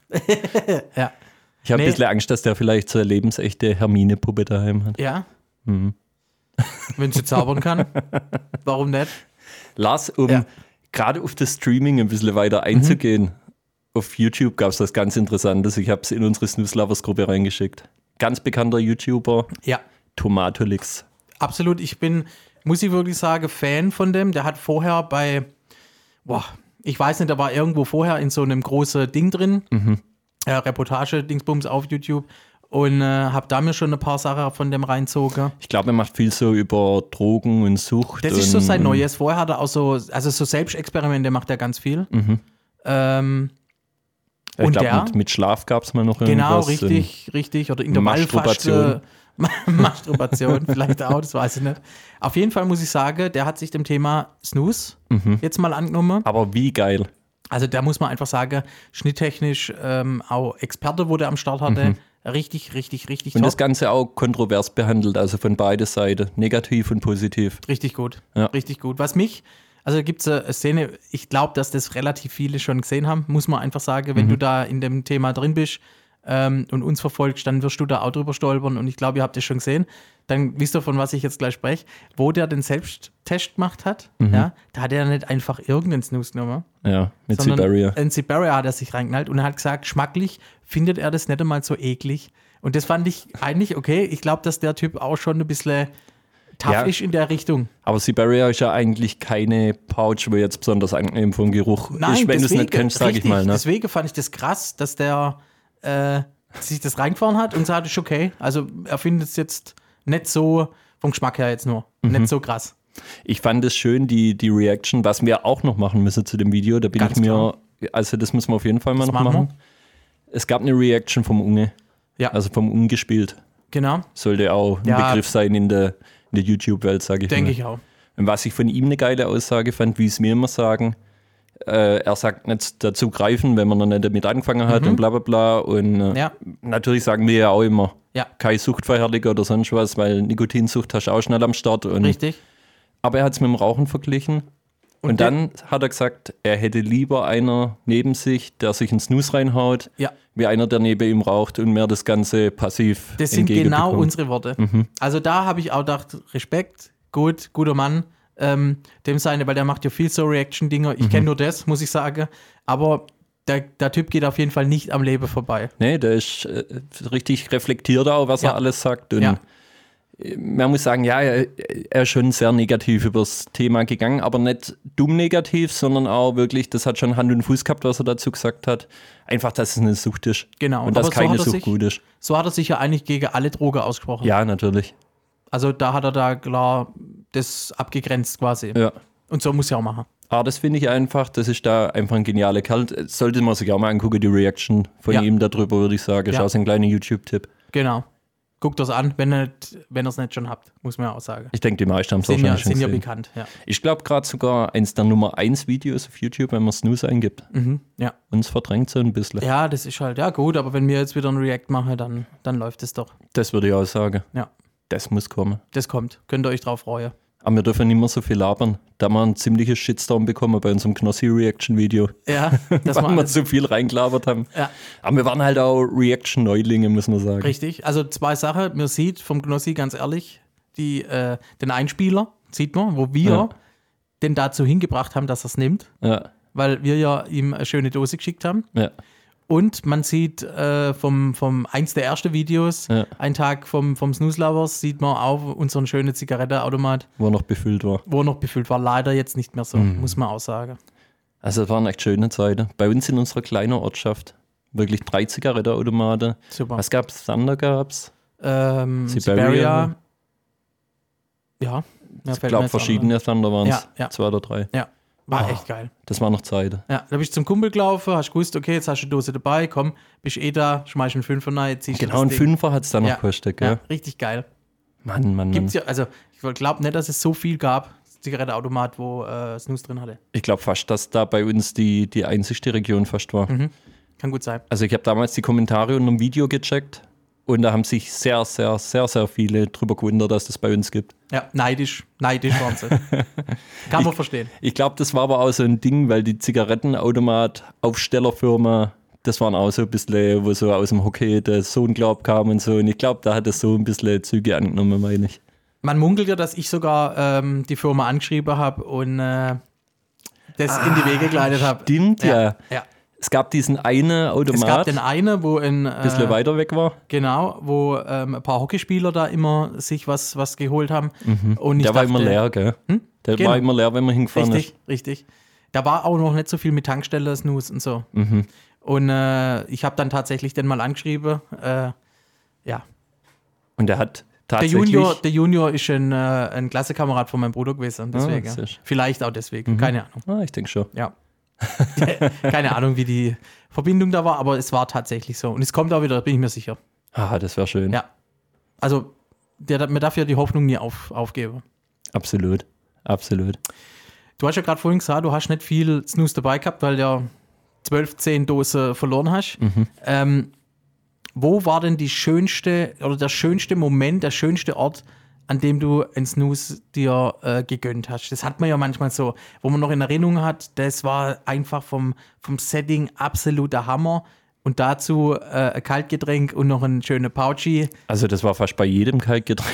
ja. Ich habe Nee. ein bisschen Angst, dass der vielleicht so eine lebensechte Hermine-Puppe daheim hat. Ja. Mhm. Wenn sie zaubern kann. Warum nicht? Lars, um Ja. gerade auf das Streaming ein bisschen weiter einzugehen, auf YouTube gab es was ganz Interessantes. Ich habe es in unsere Snooze Lovers Gruppe reingeschickt. Ganz bekannter YouTuber, Ja. Tomatolix. Absolut. Ich bin, muss ich wirklich sagen, Fan von dem. Der hat vorher bei, boah, ich weiß nicht, der war irgendwo vorher in so einem großen Ding drin. Mhm. Äh, Reportage-Dingsbums auf YouTube. Und äh, habe da mir schon ein paar Sachen von dem reinzogen. Ich glaube, er macht viel so über Drogen und Sucht. Das und, ist so sein Neues. Vorher hat er auch so, also so Selbstexperimente macht er ganz viel. Mhm. Ähm, Ich und glaube, der? mit, mit Schlaf gab es mal noch genau, irgendwas. richtig, richtig. Oder Masturbation. Intervallfasten. Masturbation, vielleicht auch, das weiß ich nicht. Auf jeden Fall muss ich sagen, der hat sich dem Thema Snooze Mhm. jetzt mal angenommen. Aber wie geil. Also da muss man einfach sagen, schnitttechnisch ähm, auch Experte, wo der am Start hatte, Richtig, richtig, richtig Und top. das Ganze auch kontrovers behandelt, also von beiden Seiten, negativ und positiv. Richtig gut. Ja. Richtig gut. Was mich, also gibt es eine Szene, ich glaube, dass das relativ viele schon gesehen haben, muss man einfach sagen, wenn Mhm. du da in dem Thema drin bist ähm, und uns verfolgst, dann wirst du da auch drüber stolpern und ich glaube, ihr habt das schon gesehen. Dann wisst ihr, von was ich jetzt gleich spreche. Wo der den Selbsttest gemacht hat, Mhm. ja, da hat er nicht einfach irgendeinen Snooze genommen, Ja, mit sondern Siberia. in Siberia hat er sich reingeknallt und er hat gesagt, geschmacklich findet er das nicht einmal so eklig. Und das fand ich eigentlich okay. Ich glaube, dass der Typ auch schon ein bisschen tough Ja. ist in der Richtung. Aber Siberia ist ja eigentlich keine Pouch, wo jetzt besonders angenehm vom Geruch Nein, ist, wenn du es nicht kennst, sage ich richtig, mal. Ne? Deswegen fand ich das krass, dass der äh, sich das reingefahren hat und sagt, ist okay. Also er findet es jetzt nicht so, vom Geschmack her jetzt nur, Mhm. nicht so krass. Ich fand es schön, die, die Reaction, was wir auch noch machen müssen zu dem Video. Da bin Ganz ich mir, klar. also das müssen wir auf jeden Fall mal Das noch machen machen. Es gab eine Reaction vom Unge, Ja, also vom Ungespielt. genau, Sollte auch ein Ja. Begriff sein in der, in der YouTube-Welt, sage ich denke mal. ich auch. Und was ich von ihm eine geile Aussage fand, wie es mir immer sagen, äh, er sagt nicht dazu greifen, wenn man noch nicht damit angefangen hat und bla bla bla. Und äh, Mhm. Ja. natürlich sagen wir ja auch immer, Ja, keine Suchtverherrlicher oder sonst was, weil Nikotinsucht hast du auch schnell am Start. Und, richtig. aber er hat es mit dem Rauchen verglichen. Und, Und dann hat er gesagt, er hätte lieber einer neben sich, der sich einen Snooze reinhaut, Ja, wie einer, der neben ihm raucht und mehr das Ganze passiv das sind genau entgegenbekommt. unsere Worte. Mhm. Also da habe ich auch gedacht, Respekt, gut, guter Mann, ähm, dem seine, weil der macht ja viel so Reaction-Dinger. Ich Mhm. kenne nur das, muss ich sagen. Aber der, der Typ geht auf jeden Fall nicht am Leben vorbei. Nee, der ist äh, richtig reflektiert auch, was Ja. er alles sagt. Und Ja. man muss sagen, ja, er, er ist schon sehr negativ über das Thema gegangen, aber nicht dumm negativ, sondern auch wirklich, das hat schon Hand und Fuß gehabt, was er dazu gesagt hat. Einfach, dass es eine Sucht ist. Genau. Und dass Aber so keine hat er Sucht sich- gut ist. So hat er sich ja eigentlich gegen alle Drogen ausgesprochen. Ja, natürlich. Also da hat er da klar das abgegrenzt quasi. Ja. Und so muss er auch machen. Aber das finde ich einfach, das ist da einfach ein genialer Kerl. Sollte man sich auch mal angucken, die Reaction von Ja. ihm darüber, würde ich sagen. Ist Ja. auch so ein kleiner YouTube-Tipp. Genau. Guckt das an, wenn ihr wenn es nicht schon habt, muss man ja auch sagen. Ich denke, die meisten haben es Sind ja, wahrscheinlich schon sind ja gesehen. bekannt. Ja. Ich glaube gerade sogar eins der Nummer eins Videos auf YouTube, wenn man Snooze eingibt. Mhm. Ja. Uns verdrängt so ein bisschen. ja, das ist halt, ja gut, aber wenn wir jetzt wieder ein React machen, dann, dann läuft es doch. Das würde ich auch sagen. Ja, Das muss kommen. das kommt. Könnt ihr euch drauf freuen. Aber wir dürfen nicht mehr so viel labern. Da haben wir ein ziemliches Shitstorm bekommen bei unserem Knossi-Reaction-Video. Ja, das Weil war wir alles, so viel reingelabert haben. ja, Aber wir waren halt auch Reaction-Neulinge, muss man sagen. richtig. Also zwei Sachen. Man sieht vom Knossi ganz ehrlich die, äh, den Einspieler, sieht man, wo wir Ja. den dazu hingebracht haben, dass er es nimmt, Ja, weil wir ja ihm eine schöne Dose geschickt haben. ja. Und man sieht äh, vom, vom eins der ersten Videos, Ja. ein Tag vom, vom Snooze Lovers, sieht man auch unseren schönen Zigarettenautomat, Wo er noch befüllt war. wo er noch befüllt war. Leider jetzt nicht mehr so, Mhm. muss man auch sagen. Also es waren echt schöne Zeiten. Bei uns in unserer kleinen Ortschaft wirklich drei Zigarettenautomaten. Super. Was gab's? Thunder gab's? Ähm, Siberia. Siberia. Ja. ja Ich fällt mir glaube, jetzt auch verschiedene Thunder waren es. Ja, ja. Zwei oder drei. an. Ja, war Ah. echt geil. Das war noch Zeit. Ja, da bist du zum Kumpel gelaufen, hast gewusst, okay, jetzt hast du eine Dose dabei, komm, bist eh da, schmeiß einen Fünfer rein, ziehst du Genau, das ein Ding. Fünfer hat es dann noch Ja. gekostet, Ja, gell? richtig geil. Mann, Mann, Mann. Gibt's ja, also ich glaube nicht, dass es so viel gab, Zigarettenautomat, wo äh, Snooze drin hatte. Ich glaube fast, dass da bei uns die, die einzigste Region fast war. Mhm. Kann gut sein. Also ich habe damals die Kommentare unter dem Video gecheckt und da haben sich sehr, sehr, sehr, sehr viele drüber gewundert, dass das bei uns gibt. Ja, neidisch, neidisch waren sie. Kann man verstehen. Ich glaube, das war aber auch so ein Ding, weil die Zigarettenautomat-Aufstellerfirma, das waren auch so ein bisschen, wo so aus dem Hockey der Sohn glaub kam und so. Und ich glaube, da hat es so ein bisschen Züge angenommen, meine ich. Man munkelt ja, dass ich sogar ähm, die Firma angeschrieben habe und äh, das in die Wege geleitet habe. Stimmt, ja. ja. Es gab diesen einen Es gab Automat, den einen, wo ein ein bisschen äh, weiter weg war. genau, wo ähm, ein paar Hockeyspieler da immer sich was, was geholt haben. Und ich Der war dachte, immer leer, gell? Der Genau. war immer leer, wenn man hingefahren Richtig, richtig. Da war auch noch nicht so viel mit Tankstelle, Snooze und so. Mhm. Und äh, ich habe dann tatsächlich den mal angeschrieben. Äh, ja. ist. Und der hat Der tatsächlich... Junior, der Junior ist ein, äh, ein Klassenkamerad von meinem Bruder gewesen. Deswegen. Ah, sehr schön. Vielleicht auch deswegen. Keine Ahnung. Ah, ich denke schon. Ja. Keine Ahnung, wie die Verbindung da war, aber es war tatsächlich so. Und es kommt auch wieder, bin ich mir sicher. Ah, das wäre schön. Ja. Also, der, man darf ja die Hoffnung nie auf, aufgeben. Absolut. Absolut. Du hast ja gerade vorhin gesagt, du hast nicht viel Snooze dabei gehabt, weil du ja zwölf, zehn Dosen verloren hast. Mhm. Ähm, wo war denn die schönste oder der schönste Moment, der schönste Ort, an dem du einen Snooze dir äh, gegönnt hast? Das hat man ja manchmal so, wo man noch in Erinnerung hat, das war einfach vom, vom Setting absoluter Hammer. Und dazu äh, ein Kaltgetränk und noch ein schöner Pouchy. Also das war fast bei jedem Kaltgetränk.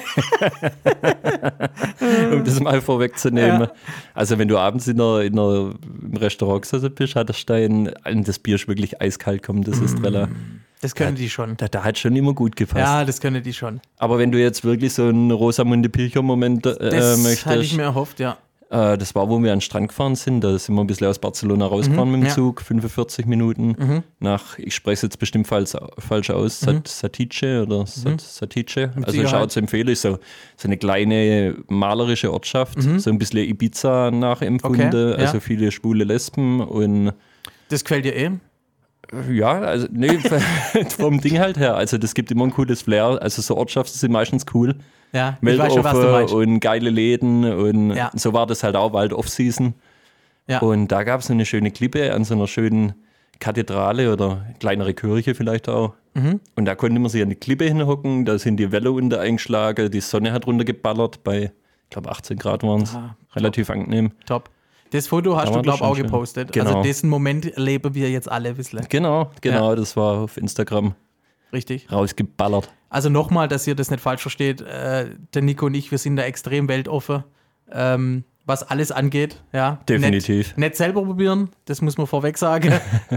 Um das mal vorwegzunehmen. Ja. Also wenn du abends in der, in der, im Restaurant gesessen bist, hat der Stein, das Bier ist wirklich eiskalt kommen, das ist Estrella. Das können die schon. Da, da hat schon immer gut gepasst. Ja, das können die schon. Aber wenn du jetzt wirklich so einen Rosamunde Pilcher-Moment äh, Das möchtest, hatte ich mir erhofft, ja. äh, das war, wo wir an den Strand gefahren sind, da sind wir ein bisschen aus Barcelona rausgefahren Mhm, mit dem ja. Zug, fünfundvierzig Minuten Mhm. nach, ich spreche es jetzt bestimmt falsch, falsch aus, Mhm. Sat, Satice oder Sat, Satice, also Sicherheit. schaut zu empfehlen, ist so, so eine kleine malerische Ortschaft, Mhm. so ein bisschen Ibiza nachempfunden, Okay, ja. also viele schwule Lesben und Das gefällt dir eh? ja, also nee, vom Ding halt her, also das gibt immer ein cooles Flair, also so Ortschaften sind meistens cool. Ja, ich weiß schon, was du Weltoffen meinst. und geile Läden und Ja. so war das halt auch bald Off-Season. Ja. Und da gab es eine schöne Klippe an so einer schönen Kathedrale oder kleinere Kirche vielleicht auch. Mhm. Und da konnte man sich an die Klippe hinhocken, da sind die Welle unter eingeschlagen, die Sonne hat runtergeballert bei, ich glaube achtzehn Grad waren es, Ah, relativ angenehm. Top. Das Foto hast Da du, war das glaube ich, schon auch schön. gepostet. Genau. Also diesen Moment erleben wir jetzt alle ein bisschen. Genau, genau, das war auf Instagram Richtig. rausgeballert. Also nochmal, dass ihr das nicht falsch versteht. Äh, der Nico und ich, wir sind da extrem weltoffen, ähm, was alles angeht. Ja. Definitiv. Nicht, nicht selber probieren, das muss man vorweg sagen.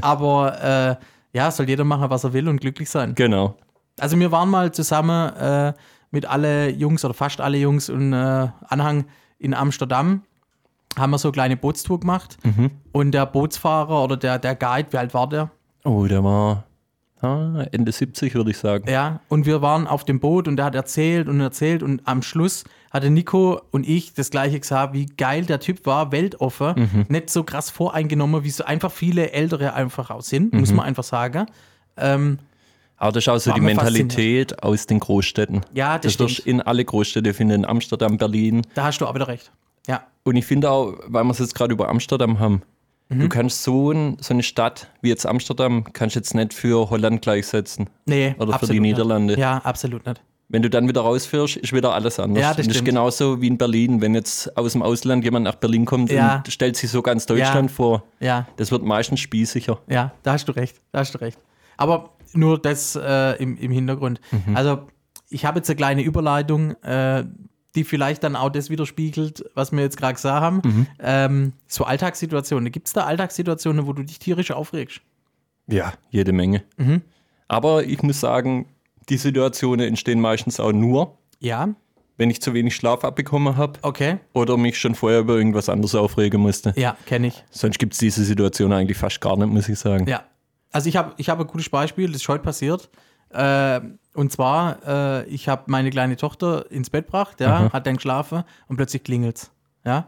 Aber äh, ja, soll jeder machen, was er will und glücklich sein. Genau. Also wir waren mal zusammen äh, mit alle Jungs oder fast alle Jungs und äh, Anhang in Amsterdam. Haben wir so eine kleine Bootstour gemacht. Mhm. Und der Bootsfahrer oder der, der Guide, wie alt war der? Oh, der war ah, Ende siebzig, würde ich sagen. Ja, und wir waren auf dem Boot und der hat erzählt und erzählt und am Schluss hatte Nico und ich das gleiche gesagt, wie geil der Typ war, weltoffen, Mhm. nicht so krass voreingenommen, wie so einfach viele Ältere einfach auch sind, muss Mhm. man einfach sagen. Ähm, Aber das ist auch so War die mir Mentalität aus den Großstädten. ja, das, Das wirst stimmt. du in alle Großstädte finden, in Amsterdam, Berlin. Da hast du auch wieder recht. Ja, Und ich finde auch, weil wir es jetzt gerade über Amsterdam haben, Mhm. du kannst so, ein, so eine Stadt wie jetzt Amsterdam, kannst jetzt nicht für Holland gleichsetzen. nee, Oder für absolut die Niederlande. Nicht. Ja, absolut nicht. Wenn du dann wieder rausfährst, ist wieder alles anders. Ja, das Und das ist stimmt. genauso wie in Berlin. Wenn jetzt aus dem Ausland jemand nach Berlin kommt Ja. und stellt sich so ganz Deutschland Ja. vor, Ja, das wird meistens spießiger. ja, da hast du recht, da hast du recht. Aber nur das äh, im, im Hintergrund. Mhm. Also ich habe jetzt eine kleine Überleitung, äh, die vielleicht dann auch das widerspiegelt, was wir jetzt gerade gesagt haben. Mhm. Ähm, so Alltagssituationen. Gibt es da Alltagssituationen, wo du dich tierisch aufregst? Ja, jede Menge. Mhm. Aber ich muss sagen, die Situationen entstehen meistens auch nur, Ja, wenn ich zu wenig Schlaf abbekommen habe okay. oder mich schon vorher über irgendwas anderes aufregen musste. Ja, kenne ich. Sonst gibt es diese Situation eigentlich fast gar nicht, muss ich sagen. Ja. Also ich habe ich hab ein gutes Beispiel, das ist heute passiert. Äh, und zwar, äh, ich habe meine kleine Tochter ins Bett gebracht, ja, Aha. hat dann geschlafen und plötzlich klingelt's. Ja.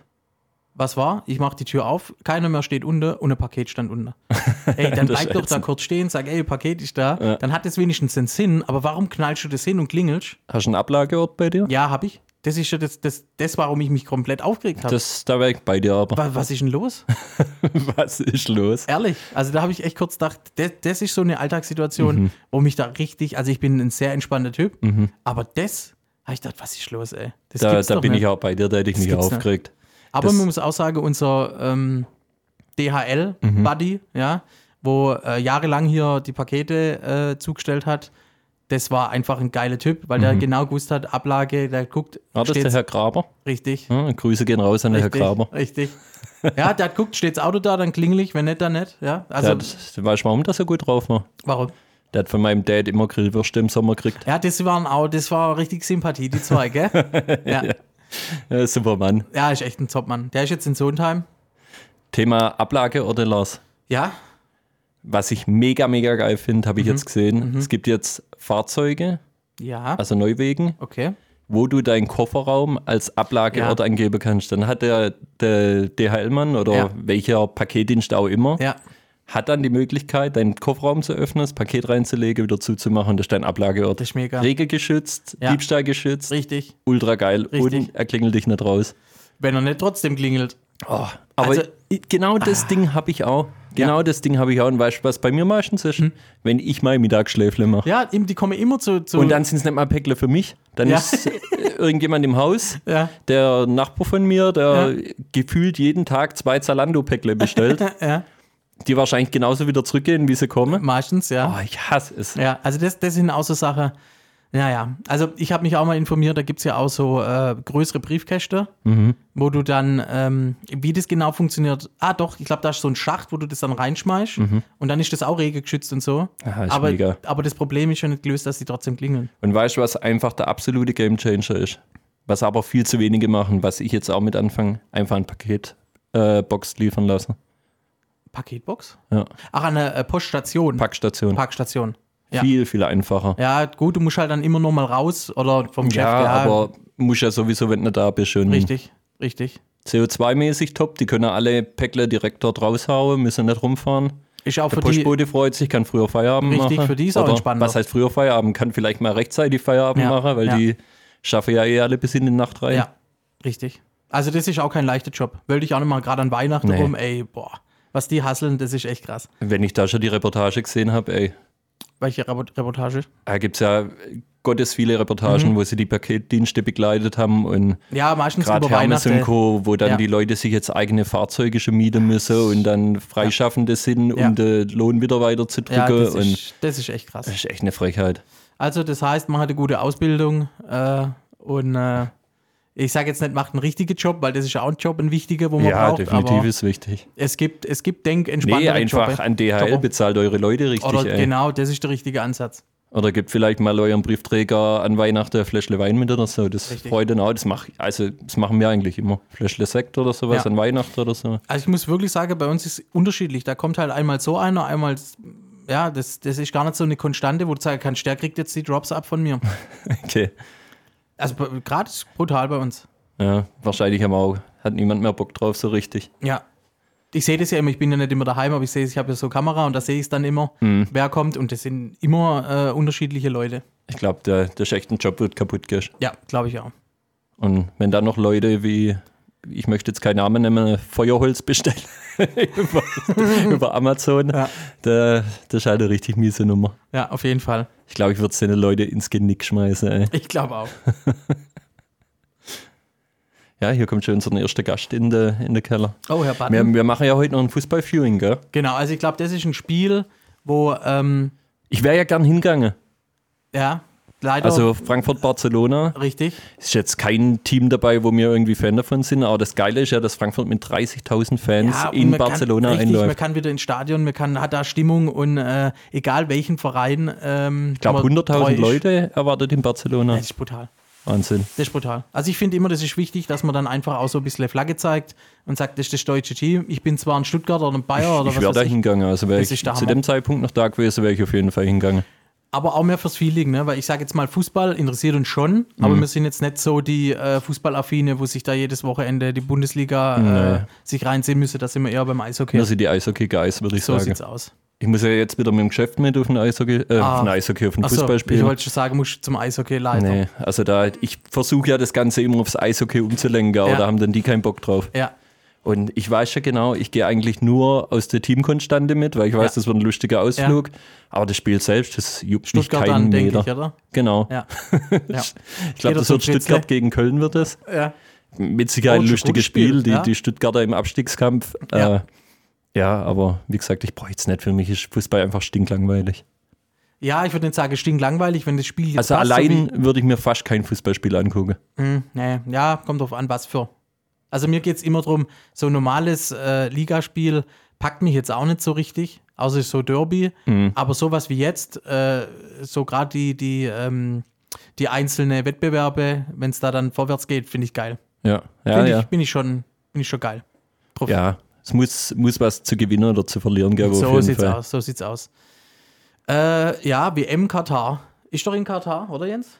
Was war? Ich mache die Tür auf, keiner mehr steht unter und ein Paket stand unter. Ey, dann Das bleib doch da Scheiße. kurz stehen, sag, ey, Paket ist da. Ja. Dann hat es wenigstens den Sinn, aber warum knallst du das hin und klingelst? Hast du einen Ablageort bei dir? Ja, habe ich. Das ist ja das, das, das, warum ich mich komplett aufgeregt habe. Das da weg bei dir aber. Wa- Was ist denn los? Was ist los? Ehrlich, also da habe ich echt kurz gedacht, das, das ist so eine Alltagssituation, Mhm. wo mich da richtig, also ich bin ein sehr entspannter Typ, aber das, habe ich gedacht, was ist los, ey? Das Da, gibt's da doch bin nicht. ich auch bei dir, da hätte ich Das mich gibt's nicht. aufgeregt. Aber das- man muss auch sagen, unser ähm, D H L-Buddy, ja, wo äh, jahrelang hier die Pakete äh, zugestellt hat, das war einfach ein geiler Typ, weil der genau gewusst hat, Ablage, der guckt, War das der steht's Herr Graber? richtig. Ja, Grüße gehen raus an den Herr Richtig, Graber. richtig. Ja, der hat guckt, steht das Auto da, dann klingel ich, wenn nicht, dann nicht. Ja, also, Der hat, weißt du, warum das so gut drauf war? warum? Der hat von meinem Dad immer Grillwürste im Sommer gekriegt. Ja, das waren auch, das war richtig Sympathie, die zwei, gell? Ja, ja. Ja, super Mann. Ist echt ein Topmann. Der ist jetzt in Sondheim. Thema Ablageorte, Lars. Ja, Was ich mega, mega geil finde, habe ich Mhm. jetzt gesehen. Es gibt jetzt Fahrzeuge, ja, also Neuwegen, okay. wo du deinen Kofferraum als Ablageort Ja. angeben kannst. Dann hat der, der D H L-Mann oder Ja. welcher Paketdienst auch immer, Ja, hat dann die Möglichkeit, deinen Kofferraum zu öffnen, das Paket reinzulegen, wieder zuzumachen. Das ist dein Ablageort. das ist mega. Regelgeschützt, Ja. Diebstahl geschützt, Richtig. ultra geil Richtig. und er klingelt dich nicht raus. Wenn er nicht trotzdem klingelt. Oh, aber Also, ich, genau das Ding habe ich auch. Genau Ja. das Ding habe ich auch. Und weißt du, was bei mir meistens ist? Hm. Wenn ich mein Mittagsschläfle mache. Ja, eben, die kommen immer zu. zu Und dann sind es nicht mal Päckle für mich. Dann Ja. ist äh, irgendjemand im Haus, Ja. der Nachbar von mir, der gefühlt jeden Tag zwei Zalando-Päckle bestellt, ja, die wahrscheinlich genauso wieder zurückgehen, wie sie kommen. meistens, ja. Oh, ich hasse es. Ja, also das, das sind auch so Sachen. Naja, also ich habe mich auch mal informiert, da gibt es ja auch so äh, größere Briefkästen, Mhm. wo du dann, ähm, wie das genau funktioniert, ah doch, ich glaube, da ist so ein Schacht, wo du das dann reinschmeißt und dann ist das auch regengeschützt und so. Aha, ist aber, mega. aber das Problem ist ja nicht gelöst, dass die trotzdem klingeln. Und weißt du, was einfach der absolute Gamechanger ist? Was aber viel zu wenige machen, was ich jetzt auch mit anfange, einfach ein Paket äh, Box liefern lassen. Paketbox? Ja. Ach, eine äh, Poststation. Packstation. Parkstation. Ja. Viel, viel einfacher. Ja, gut, du musst halt dann immer noch mal raus oder vom Chef. Ja, aber muss ja sowieso, wenn du da bist. Und Richtig, richtig. C O zwei mäßig top, die können alle Päckle direkt dort raushauen, müssen nicht rumfahren. Ist auch Der für die, Postbote freut sich, kann früher Feierabend Richtig, machen. für die ist auch Oder entspannender. was heißt früher Feierabend? Kann vielleicht mal rechtzeitig Feierabend Ja, machen, weil ja. die schaffen ja eh alle bis in die Nacht rein. ja, richtig. Also das ist auch kein leichter Job. Wollte ich auch noch mal gerade an Weihnachten Nee. rum, ey, boah, was die hasseln, das ist echt krass. Wenn ich da schon die Reportage gesehen habe, ey, Welche Report- Reportage? da gibt es ja Gottes viele Reportagen, wo sie die Paketdienste begleitet haben und Ja, meistens gerade über Weihnachten. Hermes und Co., wo dann Ja. die Leute sich jetzt eigene Fahrzeuge schon mieten müssen und dann Freischaffende sind, um Ja. den Lohn wieder weiterzudrücken. Ja, das und ist, das ist echt krass. das ist echt eine Frechheit. Also das heißt, man hat eine gute Ausbildung äh, und äh, ich sage jetzt nicht, macht einen richtigen Job, weil das ist auch ein Job, ein wichtiger, wo man Ja, braucht. definitiv Aber ist wichtig. es gibt, es gibt denk Nee, entspanntere einfach Jobbe. an D H L Jobber. bezahlt eure Leute richtig, Oder ey. genau, das ist der richtige Ansatz. Oder gibt vielleicht mal eurem Briefträger an Weihnachten ein Fläschle Wein mit oder so. Das Richtig. freut dann auch. Das, mach, also, das machen wir eigentlich immer. Fläschle Sekt oder sowas Ja. an Weihnachten oder so. Also ich muss wirklich sagen, bei uns ist es unterschiedlich. Da kommt halt einmal so einer, einmal, ja, das, das ist gar nicht so eine Konstante, wo du sagen kannst, der kriegt jetzt die Drops ab von mir. Okay. Also gerade ist brutal bei uns. Ja, wahrscheinlich haben wir auch, hat niemand mehr Bock drauf so richtig. Ja. Ich sehe das ja immer, ich bin ja nicht immer daheim, aber ich sehe, ich habe ja so Kamera und da sehe ich es dann immer, Mhm. wer kommt und das sind immer äh, unterschiedliche Leute. Ich glaube, der, der schlechte Job wird kaputt gehen. Ja, glaube ich auch. Und wenn dann noch Leute wie, ich möchte jetzt keinen Namen nennen, Feuerholz bestellen über, über Amazon, Ja. da, das ist halt eine richtig miese Nummer. Ja, auf jeden Fall. Ich glaube, ich würde den Leute ins Genick schmeißen. Ey. Ich glaube auch. Ja, hier kommt schon unser erster Gast in den in der Keller. Oh, Herr Button. Wir, wir machen ja heute noch ein Fußball-Viewing, gell? Genau, also ich glaube, das ist ein Spiel, wo, ähm, Ich wäre ja gern hingegangen. ja, leider Also Frankfurt-Barcelona richtig. ist jetzt kein Team dabei, wo wir irgendwie Fan davon sind, aber das Geile ist ja, dass Frankfurt mit dreißigtausend Fans Ja, und in man Barcelona kann, richtig, man einläuft. kann wieder ins Stadion, man kann, hat da Stimmung und äh, egal welchen Verein. Ähm, Ich glaube, man hunderttausend treu ist. Leute erwartet in Barcelona. Das ist brutal. Wahnsinn. Das ist brutal. Also ich finde immer, das ist wichtig, dass man dann einfach auch so ein bisschen Flagge zeigt und sagt, das ist das deutsche Team. Ich bin zwar ein Stuttgarter oder ein Bayer oder Ich was wäre weiß da ich, hingegangen. Also wäre Das ich ist der zu Hammer. dem Zeitpunkt noch da gewesen, wäre ich auf jeden Fall hingegangen. aber auch mehr fürs Feeling, ne? Weil ich sage jetzt mal, Fußball interessiert uns schon, aber Mhm. wir sind jetzt nicht so die äh, Fußballaffine, wo sich da jedes Wochenende die Bundesliga äh, sich reinziehen müsse. Da sind wir eher beim Eishockey. Wir sind die Eishockey-Guys, würde ich So sagen. sieht's aus. Ich muss ja jetzt wieder mit dem Geschäft mit auf den Eishockey, äh, Ah. auf den Eishockey, auf den Achso, Fußball ich spielen. wollte schon sagen, musst zum Eishockey leider. Nee, also da, ich versuche ja das Ganze immer aufs Eishockey umzulenken, aber Ja. da haben dann die keinen Bock drauf. Ja, Und ich weiß ja genau, ich gehe eigentlich nur aus der Teamkonstante mit, weil ich weiß, Ja. das wird ein lustiger Ausflug. Aber das Spiel selbst, das juckt mich Stuttgart keinen dann, denke Meter. ich, oder? Genau. Ja. ja. Ich glaube, Jeder das so wird ein Stuttgart Schnitzle. gegen Köln wird das. ja. Mit Sicherheit ein Oh, schon lustiges gutes Spiel, Spiel, die, ja. die Stuttgarter im Abstiegskampf. Ja. Ja. Äh, ja, aber wie gesagt, ich brauche jetzt nicht. Für mich ist Fußball einfach stinklangweilig. Ja, ich würde nicht sagen, stinklangweilig, wenn das Spiel jetzt Also passt, so allein würde ich mir fast kein Fußballspiel angucken. wie- Hm, nee, ja, kommt drauf an, was für. Also mir geht es immer darum, so ein normales äh, Ligaspiel packt mich jetzt auch nicht so richtig, außer so Derby. Mhm. Aber sowas wie jetzt, äh, so gerade die, die, ähm, die einzelnen Wettbewerbe, wenn es da dann vorwärts geht, finde ich geil. Ja, ja, Find ja. ich, bin, ich schon, bin ich schon geil. Drauf. Ja, es muss, muss was zu gewinnen oder zu verlieren geben. auf So jeden sieht's Fall. aus, so sieht's aus. Äh, ja, W M Katar. Ist doch in Katar, oder Jens?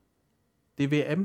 Die W M?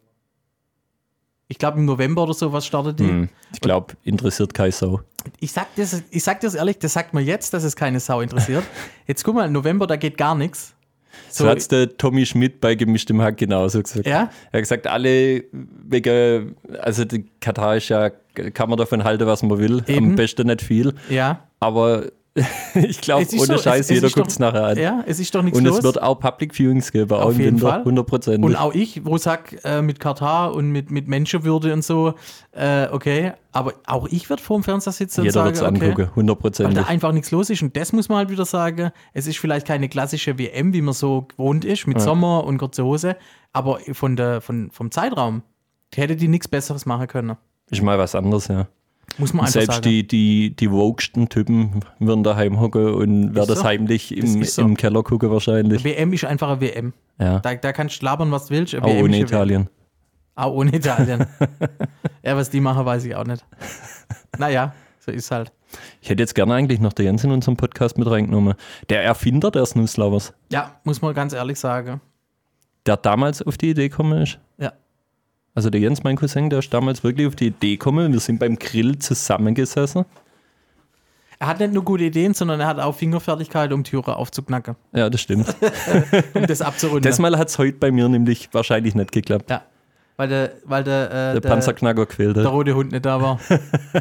Ich glaube im November oder sowas startet die. Hm, ich glaube, interessiert keine Sau. Ich sag das, ich sag das ehrlich, das sagt man jetzt, dass es keine Sau interessiert. Jetzt guck mal, im November, da geht gar nichts. So hat es der Tommy Schmidt bei Gemischtem Hack genauso gesagt. Ja? Er hat gesagt, alle wegen, also die Katar ist ja kann man davon halten, was man will. Eben. Am besten nicht viel. Ja. Aber ich glaube, Es ist ohne so, Scheiß, es- es jeder ist doch- guckt es nachher an. Ja, es ist doch nichts Und los. es wird auch Public Viewings geben, auch Auf im jeden Winter, Fall. hundert Prozent. Und auch ich, wo sag äh, mit Katar und mit, mit Menschenwürde und so, äh, okay, aber auch ich werde vor dem Fernseher sitzen Jeder und wird es sagen, okay, angucken, hundert weil Prozent. da einfach nichts los ist. Und das muss man halt wieder sagen, es ist vielleicht keine klassische W M, wie man so gewohnt ist, mit Ja. Sommer und kurze Hose, aber von der, von, vom Zeitraum hätte die nichts Besseres machen können. Ist mal was anderes, ja. Muss man Und einfach selbst sagen. die, die, die wogsten Typen würden daheim hocken und werden das so. heimlich im, ist so. im Keller gucken wahrscheinlich. W M ist einfach eine W M. Ja. Da, da kannst du labern, was du willst. Eine Auch W M ohne ist eine W M. Italien. Auch ohne Italien. Ja, was die machen, weiß ich auch nicht. Naja, so ist halt. Ich hätte jetzt gerne eigentlich noch den Jens in unserem Podcast mit reingenommen. Der Erfinder der Snooze Lovers, Ja, muss man ganz ehrlich sagen. der damals auf die Idee gekommen ist. Ja. Also der Jens, mein Cousin, der ist damals wirklich auf die Idee gekommen. Wir sind beim Grill zusammengesessen. Er hat nicht nur gute Ideen, sondern er hat auch Fingerfertigkeit, um Türe aufzuknacken. Ja, das stimmt. Um das abzurunden. Das Mal hat es heute bei mir nämlich wahrscheinlich nicht geklappt. Ja. Weil der, weil der, äh, Der der, Panzerknacker gefehlt der hat. rote Hund nicht da war.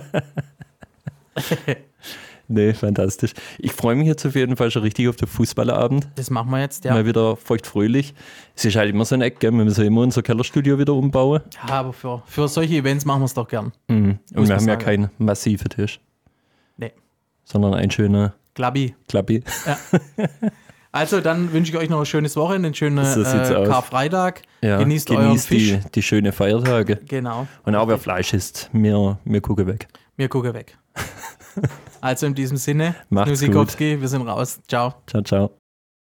Nee, fantastisch. Ich freue mich jetzt auf jeden Fall schon richtig auf den Fußballabend. Das machen wir jetzt, ja. Mal wieder feuchtfröhlich. Es ist halt immer so ein Eck, gell? Wir müssen immer unser Kellerstudio wieder umbauen. Ja, aber für, für solche Events machen wir es doch gern. Mhm. Und Muss wir man haben ja sagen. keinen massiven Tisch, Nee. sondern einen schönen Klabi. Klappi. Also, dann wünsche ich euch noch ein schönes Wochenende, einen schönen So sieht's äh, aus. Karfreitag. Ja, Genießt euren genießt Fisch. die, die schönen Feiertage. Genau. Und auch wer Fleisch isst, wir, wir gucken weg. Wir gucken weg. Also in diesem Sinne, Macht's Nusikowski, wir sind raus. Ciao. Ciao, ciao.